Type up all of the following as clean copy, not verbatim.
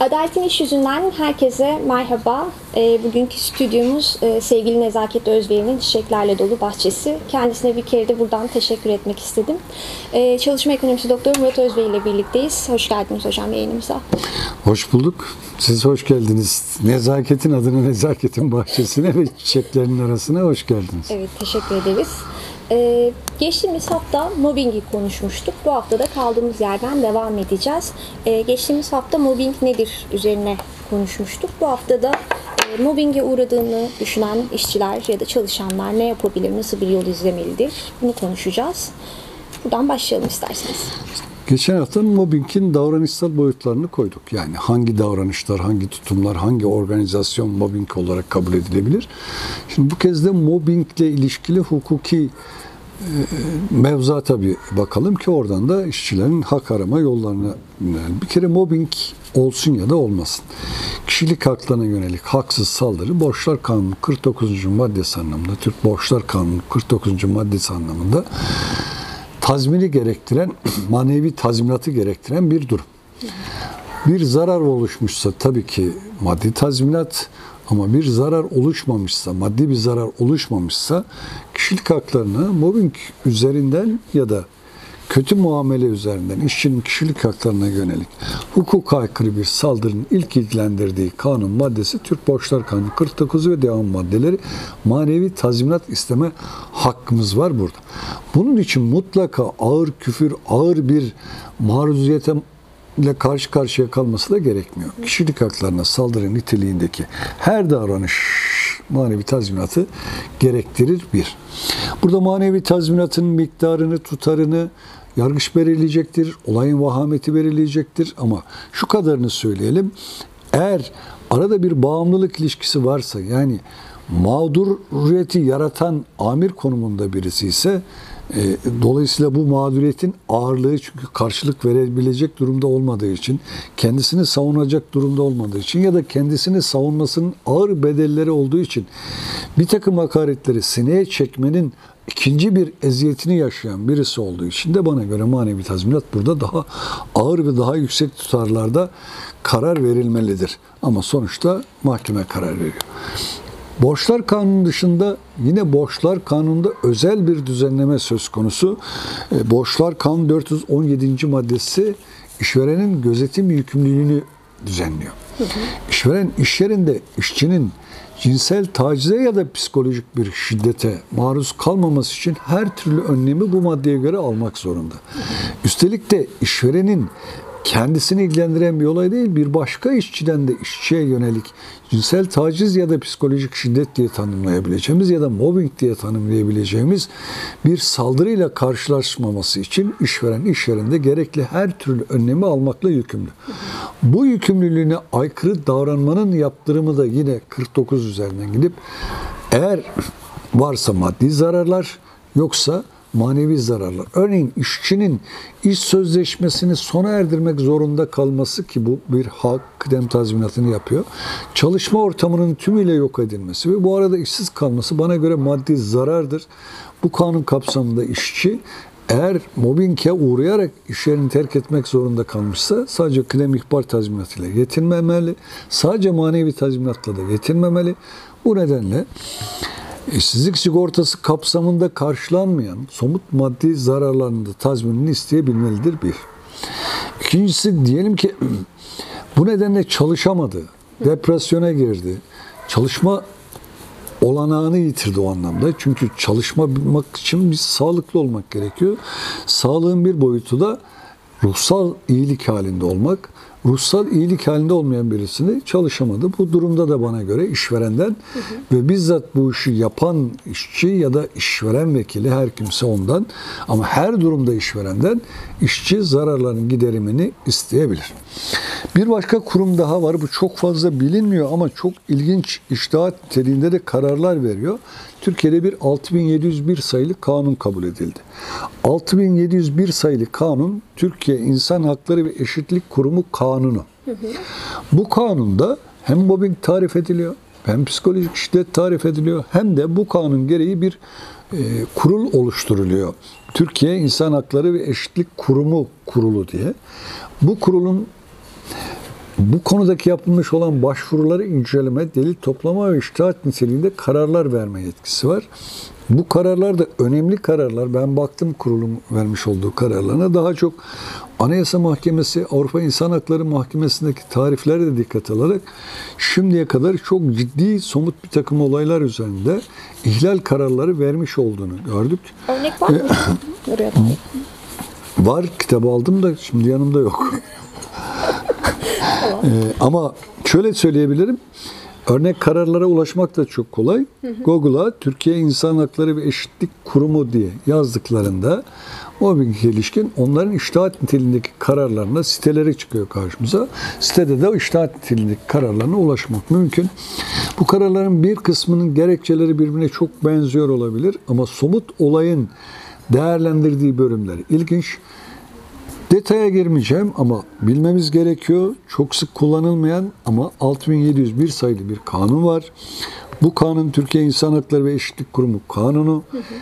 Adaletin İş Yüzünden herkese merhaba. Bugünkü stüdyomuz sevgili Nezaket Özbey'in çiçeklerle dolu bahçesi. Kendisine bir kere de buradan teşekkür etmek istedim. Çalışma Ekonomisi Doktoru Murat Özbey ile birlikteyiz. Hoş geldiniz hocam yayınımıza. Hoş bulduk. Siz hoş geldiniz. Nezaketin adına Nezaketin Bahçesi'ne ve çiçeklerin arasına hoş geldiniz. Evet, teşekkür ederiz. Geçtiğimiz hafta mobbingi konuşmuştuk. Bu hafta da kaldığımız yerden devam edeceğiz. Geçtiğimiz hafta mobbing nedir üzerine konuşmuştuk. Bu hafta da mobbinge uğradığını düşünen işçiler ya da çalışanlar ne yapabilir, nasıl bir yol izlemelidir? Bunu konuşacağız. Buradan başlayalım isterseniz. Geçen hafta mobbingin davranışsal boyutlarını koyduk. Yani hangi davranışlar, hangi tutumlar, hangi organizasyon mobbing olarak kabul edilebilir? Şimdi bu kez de mobbingle ilişkili hukuki mevzuata bir bakalım ki oradan da işçilerin hak arama yollarına yönelim. Bir kere mobbing olsun ya da olmasın. Kişilik haklarına yönelik haksız saldırı Borçlar Kanunu 49. maddesi anlamında, Türk Borçlar Kanunu 49. maddesi anlamında tazmini gerektiren, manevi tazminatı gerektiren bir durum. Bir zarar oluşmuşsa tabii ki maddi tazminat, ama bir zarar oluşmamışsa, maddi bir zarar oluşmamışsa kişilik haklarına mobbing üzerinden ya da kötü muamele üzerinden işçinin kişilik haklarına yönelik hukuka aykırı bir saldırının ilk ilgilendirdiği kanun maddesi Türk Borçlar Kanunu 49 ve devam maddeleri, manevi tazminat isteme hakkımız var burada. Bunun için mutlaka ağır küfür, ağır bir maruziyete ile karşı karşıya kalması da gerekmiyor. Kişilik haklarına saldırı niteliğindeki her davranış manevi tazminatı gerektirir bir. Burada manevi tazminatın miktarını, tutarını yargıç belirleyecektir. Olayın vahameti belirleyecektir. Ama şu kadarını söyleyelim. Eğer arada bir bağımlılık ilişkisi varsa, yani mağduriyeti yaratan amir konumunda birisi ise dolayısıyla bu mağduriyetin ağırlığı, çünkü karşılık verebilecek durumda olmadığı için, kendisini savunacak durumda olmadığı için ya da kendisini savunmasının ağır bedelleri olduğu için bir takım hakaretleri sineye çekmenin ikinci bir eziyetini yaşayan birisi olduğu için de bana göre manevi tazminat burada daha ağır ve daha yüksek tutarlarda karar verilmelidir. Ama sonuçta mahkeme karar veriyor. Borçlar Kanunu dışında yine Borçlar Kanunu'nda özel bir düzenleme söz konusu. Borçlar Kanunu 417. maddesi işverenin gözetim yükümlülüğünü düzenliyor. İşveren iş yerinde işçinin cinsel tacize ya da psikolojik bir şiddete maruz kalmaması için her türlü önlemi bu maddeye göre almak zorunda. Üstelik de işverenin kendisini ilgilendiren bir olay değil, bir başka işçiden de işçiye yönelik cinsel taciz ya da psikolojik şiddet diye tanımlayabileceğimiz ya da mobbing diye tanımlayabileceğimiz bir saldırıyla karşılaşmaması için işveren iş yerinde gerekli her türlü önlemi almakla yükümlü. Bu yükümlülüğüne aykırı davranmanın yaptırımı da yine 49 üzerinden gidip eğer varsa maddi zararlar, yoksa manevi zararlar. Örneğin işçinin iş sözleşmesini sona erdirmek zorunda kalması, ki bu bir hak, kıdem tazminatını yapıyor. Çalışma ortamının tümüyle yok edilmesi ve bu arada işsiz kalması bana göre maddi zarardır. Bu kanun kapsamında işçi eğer mobbinge uğrayarak iş yerini terk etmek zorunda kalmışsa sadece kıdem ihbar tazminatıyla yetinmemeli. Sadece manevi tazminatla da yetinmemeli. Bu nedenle İşsizlik sigortası kapsamında karşılanmayan somut maddi zararlarının da tazminini isteyebilmelidir bir. İkincisi, diyelim ki bu nedenle çalışamadı, depresyona girdi, çalışma olanağını yitirdi o anlamda. Çünkü çalışmak için biz sağlıklı olmak gerekiyor. Sağlığın bir boyutu da ruhsal iyilik halinde olmak. Ruhsal iyilik halinde olmayan birisini çalışamadı. Bu durumda da bana göre işverenden ve bizzat bu işi yapan işçi ya da işveren vekili, her kimse ondan, ama her durumda işverenden işçi zararların giderimini isteyebilir. Bir başka kurum daha var. Bu çok fazla bilinmiyor ama çok ilginç, içtihat niteliğinde de kararlar veriyor. Türkiye'de bir 6701 sayılı kanun kabul edildi. 6701 sayılı kanun, Türkiye İnsan Hakları ve Eşitlik Kurumu kanunu. Bu kanunda hem mobbing tarif ediliyor, hem psikolojik şiddet tarif ediliyor, hem de bu kanun gereği bir kurul oluşturuluyor. Türkiye İnsan Hakları ve Eşitlik Kurumu kurulu diye. Bu kurulun Bu konudaki yapılmış olan başvuruları inceleme, delil toplama ve içtihat niteliğinde kararlar verme yetkisi var. Bu kararlar da önemli kararlar. Ben baktım kurulun vermiş olduğu kararlarına. Daha çok Anayasa Mahkemesi, Avrupa İnsan Hakları Mahkemesi'ndeki tariflere de dikkat alarak şimdiye kadar çok ciddi, somut bir takım olaylar üzerinde ihlal kararları vermiş olduğunu gördük. Örnek var mı? Oraya da. Var, kitabı aldım da şimdi yanımda yok. Ama şöyle söyleyebilirim. Örnek kararlara ulaşmak da çok kolay. Google'a Türkiye İnsan Hakları ve Eşitlik Kurumu diye yazdıklarında mobbinge ilişkin onların içtihat niteliğindeki kararlarına siteleri çıkıyor karşımıza. Sitede de o içtihat niteliğindeki kararlarına ulaşmak mümkün. Bu kararların bir kısmının gerekçeleri birbirine çok benziyor olabilir ama somut olayın değerlendirdiği bölümler ilginç. Detaya girmeyeceğim ama bilmemiz gerekiyor. Çok sık kullanılmayan ama 6701 sayılı bir kanun var. Bu kanun Türkiye İnsan Hakları ve Eşitlik Kurumu kanunu.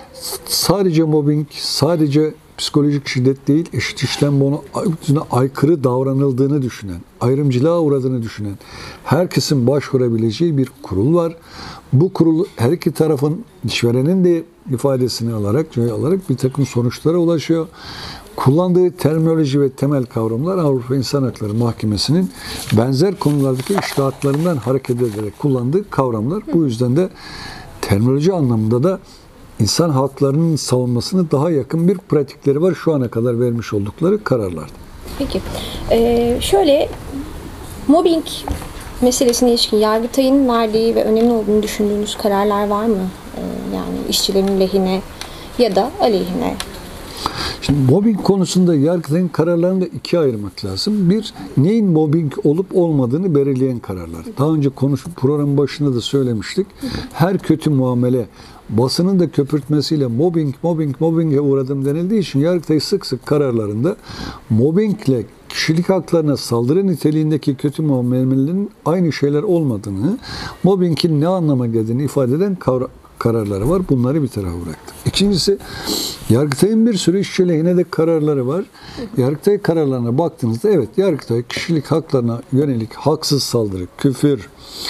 Sadece mobbing, sadece psikolojik şiddet değil, eşit işlem bonusuna aykırı davranıldığını düşünen, ayrımcılığa uğradığını düşünen herkesin başvurabileceği bir kurul var. Bu kurul her iki tarafın, işverenin de ifadesini alarak bir takım sonuçlara ulaşıyor. Kullandığı terminoloji ve temel kavramlar Avrupa İnsan Hakları Mahkemesi'nin benzer konulardaki içtihatlarından hareket ederek kullandığı kavramlar. Bu yüzden de terminoloji anlamında da insan haklarının savunmasına daha yakın bir pratikleri var şu ana kadar vermiş oldukları kararlarda. Peki. Şöyle, mobbing meselesine ilişkin Yargıtay'ın verdiği ve önemli olduğunu düşündüğünüz kararlar var mı? Yani işçilerin lehine ya da aleyhine. Şimdi mobbing konusunda Yargıtay'ın kararlarını da ikiye ayırmak lazım. Bir, neyin mobbing olup olmadığını belirleyen kararlar. Daha önce programın başında da söylemiştik. Her kötü muamele basının da köpürtmesiyle mobbinge uğradım denildiği için Yargıtay sık sık kararlarında mobbingle kişilik haklarına saldırı niteliğindeki kötü muamelelerin aynı şeyler olmadığını, mobbingin ne anlama geldiğini ifade eden kararları var. Bunları bir tarafa bıraktım. İkincisi, Yargıtay'ın bir sürü işçi lehine de kararları var. Yargıtay kararlarına baktığınızda evet, Yargıtay kişilik haklarına yönelik haksız saldırı, küfür,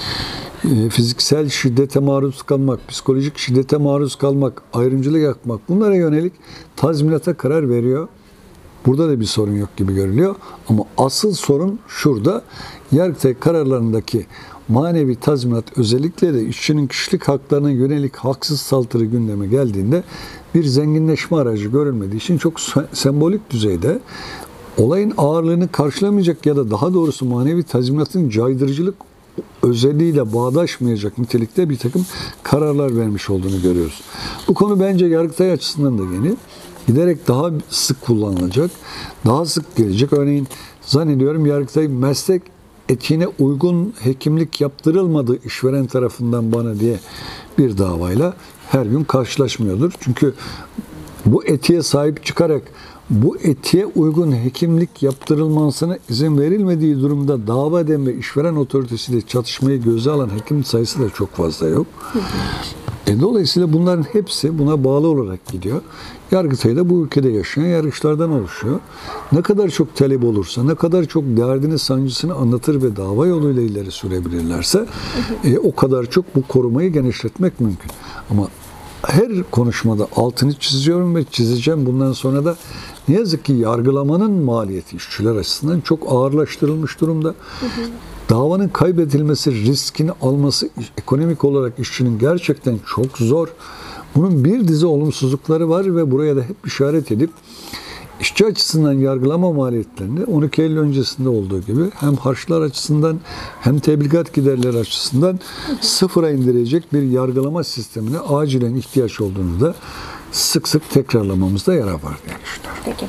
fiziksel şiddete maruz kalmak, psikolojik şiddete maruz kalmak, ayrımcılık yapmak, bunlara yönelik tazminata karar veriyor. Burada da bir sorun yok gibi görülüyor. Ama asıl sorun şurada. Yargıtay kararlarındaki manevi tazminat, özellikle de işçinin kişilik haklarına yönelik haksız saldırı gündeme geldiğinde bir zenginleşme aracı görülmediği için çok sembolik düzeyde olayın ağırlığını karşılamayacak ya da daha doğrusu manevi tazminatın caydırıcılık özelliğiyle bağdaşmayacak nitelikte bir takım kararlar vermiş olduğunu görüyoruz. Bu konu bence Yargıtay açısından da yeni. Giderek daha sık kullanılacak, daha sık gelecek. Örneğin zannediyorum Yargıtay meslek etiğine uygun hekimlik yaptırılmadı işveren tarafından bana diye bir davayla her gün karşılaşmıyordur. Çünkü bu etiğe sahip çıkarak bu etiğe uygun hekimlik yaptırılmasına izin verilmediği durumda dava eden ve işveren otoritesiyle çatışmayı göze alan hekim sayısı da çok fazla yok. Dolayısıyla bunların hepsi buna bağlı olarak gidiyor. Yargıtay da bu ülkede yaşayan yargıçlardan oluşuyor. Ne kadar çok talep olursa, ne kadar çok derdini, sancısını anlatır ve dava yoluyla ileri sürebilirlerse o kadar çok bu korumayı genişletmek mümkün. Ama her konuşmada altını çiziyorum ve çizeceğim bundan sonra da ne yazık ki yargılamanın maliyeti işçiler açısından çok ağırlaştırılmış durumda. Davanın kaybedilmesi, riskini alması ekonomik olarak işçinin gerçekten çok zor. Bunun bir dizi olumsuzlukları var ve buraya da hep işaret edip işçi açısından yargılama maliyetlerini 12 Eylül öncesinde olduğu gibi hem harçlar açısından hem tebligat giderleri açısından sıfıra indirecek bir yargılama sistemine acilen ihtiyaç olduğunu da sık sık tekrarlamamızda yarar var diye düşünüyorum. Peki.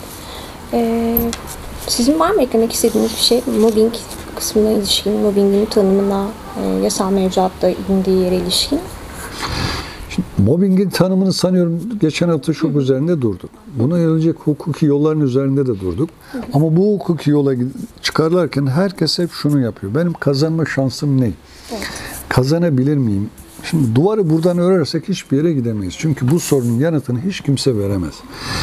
Sizin var mı eklemek istediğiniz bir şey? Mobbing kısmına ilişkin, mobbingin tanımına, yasal mevzuatta indiği yere ilişkin? Şimdi, mobbingin tanımını sanıyorum geçen hafta çok üzerinde durduk. Buna yönelik hukuki yolların üzerinde de durduk. Ama bu hukuki yola çıkarlarken herkes hep şunu yapıyor. Benim kazanma şansım ne? Evet. Kazanabilir miyim? Şimdi duvarı buradan örersek hiçbir yere gidemeyiz. Çünkü bu sorunun yanıtını hiç kimse veremez.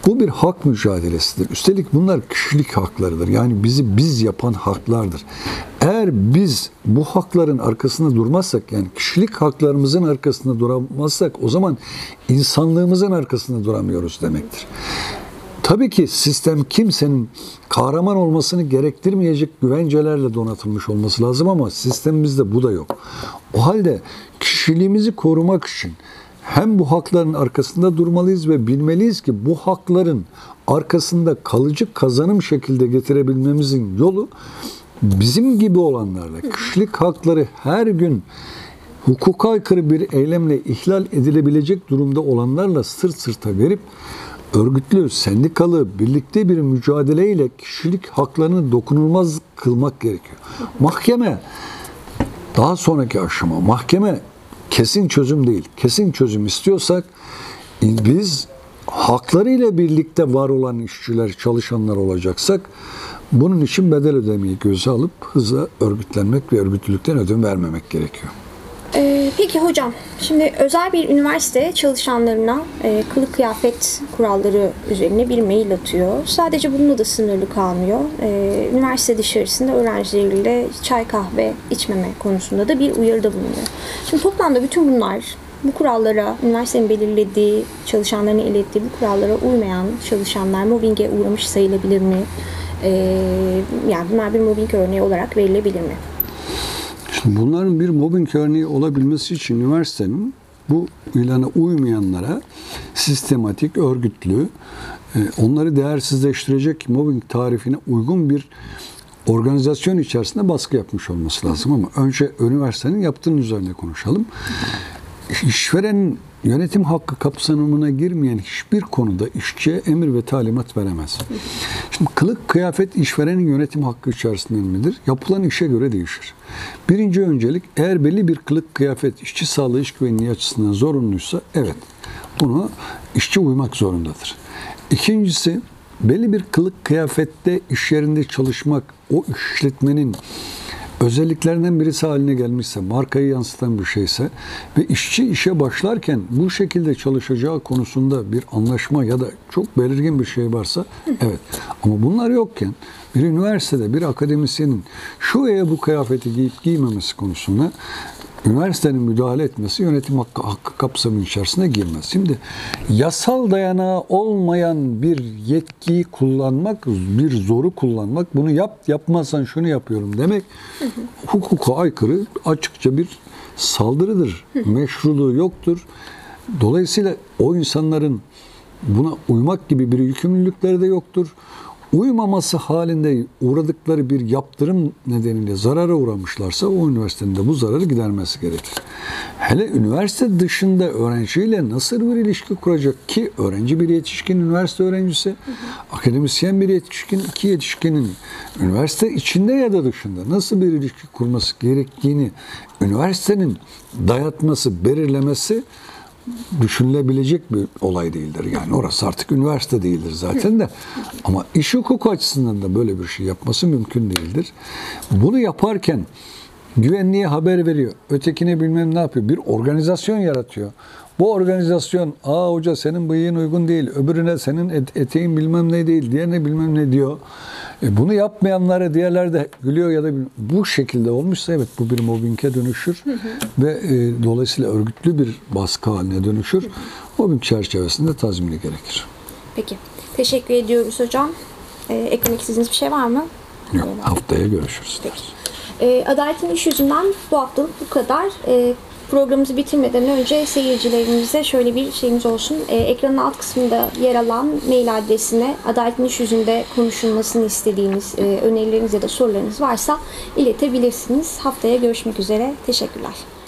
Bu bir hak mücadelesidir. Üstelik bunlar kişilik haklarıdır. Yani bizi biz yapan haklardır. Eğer biz bu hakların arkasında durmazsak, yani kişilik haklarımızın arkasında duramazsak, o zaman insanlığımızın arkasında duramıyoruz demektir. Tabii ki sistem kimsenin kahraman olmasını gerektirmeyecek güvencelerle donatılmış olması lazım ama sistemimizde bu da yok. O halde kişiliğimizi korumak için hem bu hakların arkasında durmalıyız ve bilmeliyiz ki bu hakların arkasında kalıcı kazanım şekilde getirebilmemizin yolu bizim gibi olanlarla, kişilik hakları her gün hukuka aykırı bir eylemle ihlal edilebilecek durumda olanlarla sırt sırta verip örgütlü, sendikalı, birlikte bir mücadeleyle kişilik haklarını dokunulmaz kılmak gerekiyor. Mahkeme, daha sonraki aşama, mahkeme kesin çözüm değil. Kesin çözüm istiyorsak biz haklarıyla birlikte var olan işçiler, çalışanlar olacaksak bunun için bedel ödemeyi göze alıp hızla örgütlenmek ve örgütlülükten ödün vermemek gerekiyor. Peki hocam, şimdi özel bir üniversite çalışanlarına kılık kıyafet kuralları üzerine bir mail atıyor. Sadece bununla da sınırlı kalmıyor. Üniversite dışarısında öğrencileriyle çay kahve içmeme konusunda da bir uyarıda bulunuyor. Şimdi toplamda bütün bunlar, bu kurallara, üniversitenin belirlediği, çalışanlarına ilettiği bu kurallara uymayan çalışanlar mobbinge uğramış sayılabilir mi? Yani bunlar bir mobbing örneği olarak verilebilir mi? Bunların bir mobbing örneği olabilmesi için üniversitenin bu ilana uymayanlara sistematik, örgütlü, onları değersizleştirecek mobbing tarifine uygun bir organizasyon içerisinde baskı yapmış olması lazım. Ama önce üniversitenin yaptığının üzerine konuşalım. İşverenin yönetim hakkı kapsamına girmeyen hiçbir konuda işçiye emir ve talimat veremez. Şimdi kılık kıyafet işverenin yönetim hakkı içerisinde midir? Yapılan işe göre değişir. Birinci öncelik, eğer belli bir kılık kıyafet işçi sağlığı, iş güvenliği açısından zorunluysa evet, buna işçi uymak zorundadır. İkincisi, belli bir kılık kıyafette iş yerinde çalışmak o işletmenin özelliklerinden birisi haline gelmişse, markayı yansıtan bir şeyse ve işçi işe başlarken bu şekilde çalışacağı konusunda bir anlaşma ya da çok belirgin bir şey varsa evet. Ama bunlar yokken bir üniversitede bir akademisyenin şu veya bu kıyafeti giyip giymemesi konusunda üniversitenin müdahale etmesi yönetim hakkı kapsamı içerisine girmez. Şimdi yasal dayanağı olmayan bir yetkiyi kullanmak, bir zoru kullanmak, bunu yapmazsan şunu yapıyorum demek hukuka aykırı, açıkça bir saldırıdır. Meşruluğu yoktur. Dolayısıyla o insanların buna uymak gibi bir yükümlülükleri de yoktur. Uymaması halinde uğradıkları bir yaptırım nedeniyle zarara uğramışlarsa o üniversitenin de bu zararı gidermesi gerekir. Hele üniversite dışında öğrenciyle nasıl bir ilişki kuracak ki öğrenci bir yetişkin, üniversite öğrencisi, akademisyen bir yetişkin, iki yetişkinin üniversite içinde ya da dışında nasıl bir ilişki kurması gerektiğini üniversitenin dayatması, belirlemesi düşünülebilecek bir olay değildir. Yani orası artık üniversite değildir zaten de. Ama iş hukuku açısından da böyle bir şey yapması mümkün değildir. Bunu yaparken güvenliğe haber veriyor. Ötekine bilmem ne yapıyor. Bir organizasyon yaratıyor. Bu organizasyon, hoca senin bıyığın uygun değil, öbürüne senin eteğin bilmem ne değil, diğerine bilmem ne diyor. Bunu yapmayanlara diğerler de gülüyor ya da bu şekilde olmuşsa evet bu bir mobbinge dönüşür ve dolayısıyla örgütlü bir baskı haline dönüşür. Mobbing çerçevesinde tazmini gerekir. Peki. Teşekkür ediyoruz hocam. Eklemek istediğiniz bir şey var mı? Yok. Haftaya görüşürüz. Peki. Adaletin İş Yüzünden bu haftalık bu kadar. Programımızı bitirmeden önce seyircilerimize şöyle bir şeyimiz olsun. Ekranın alt kısmında yer alan mail adresine Adaletin İş Yüzünde konuşulmasını istediğiniz önerileriniz ya da sorularınız varsa iletebilirsiniz. Haftaya görüşmek üzere. Teşekkürler.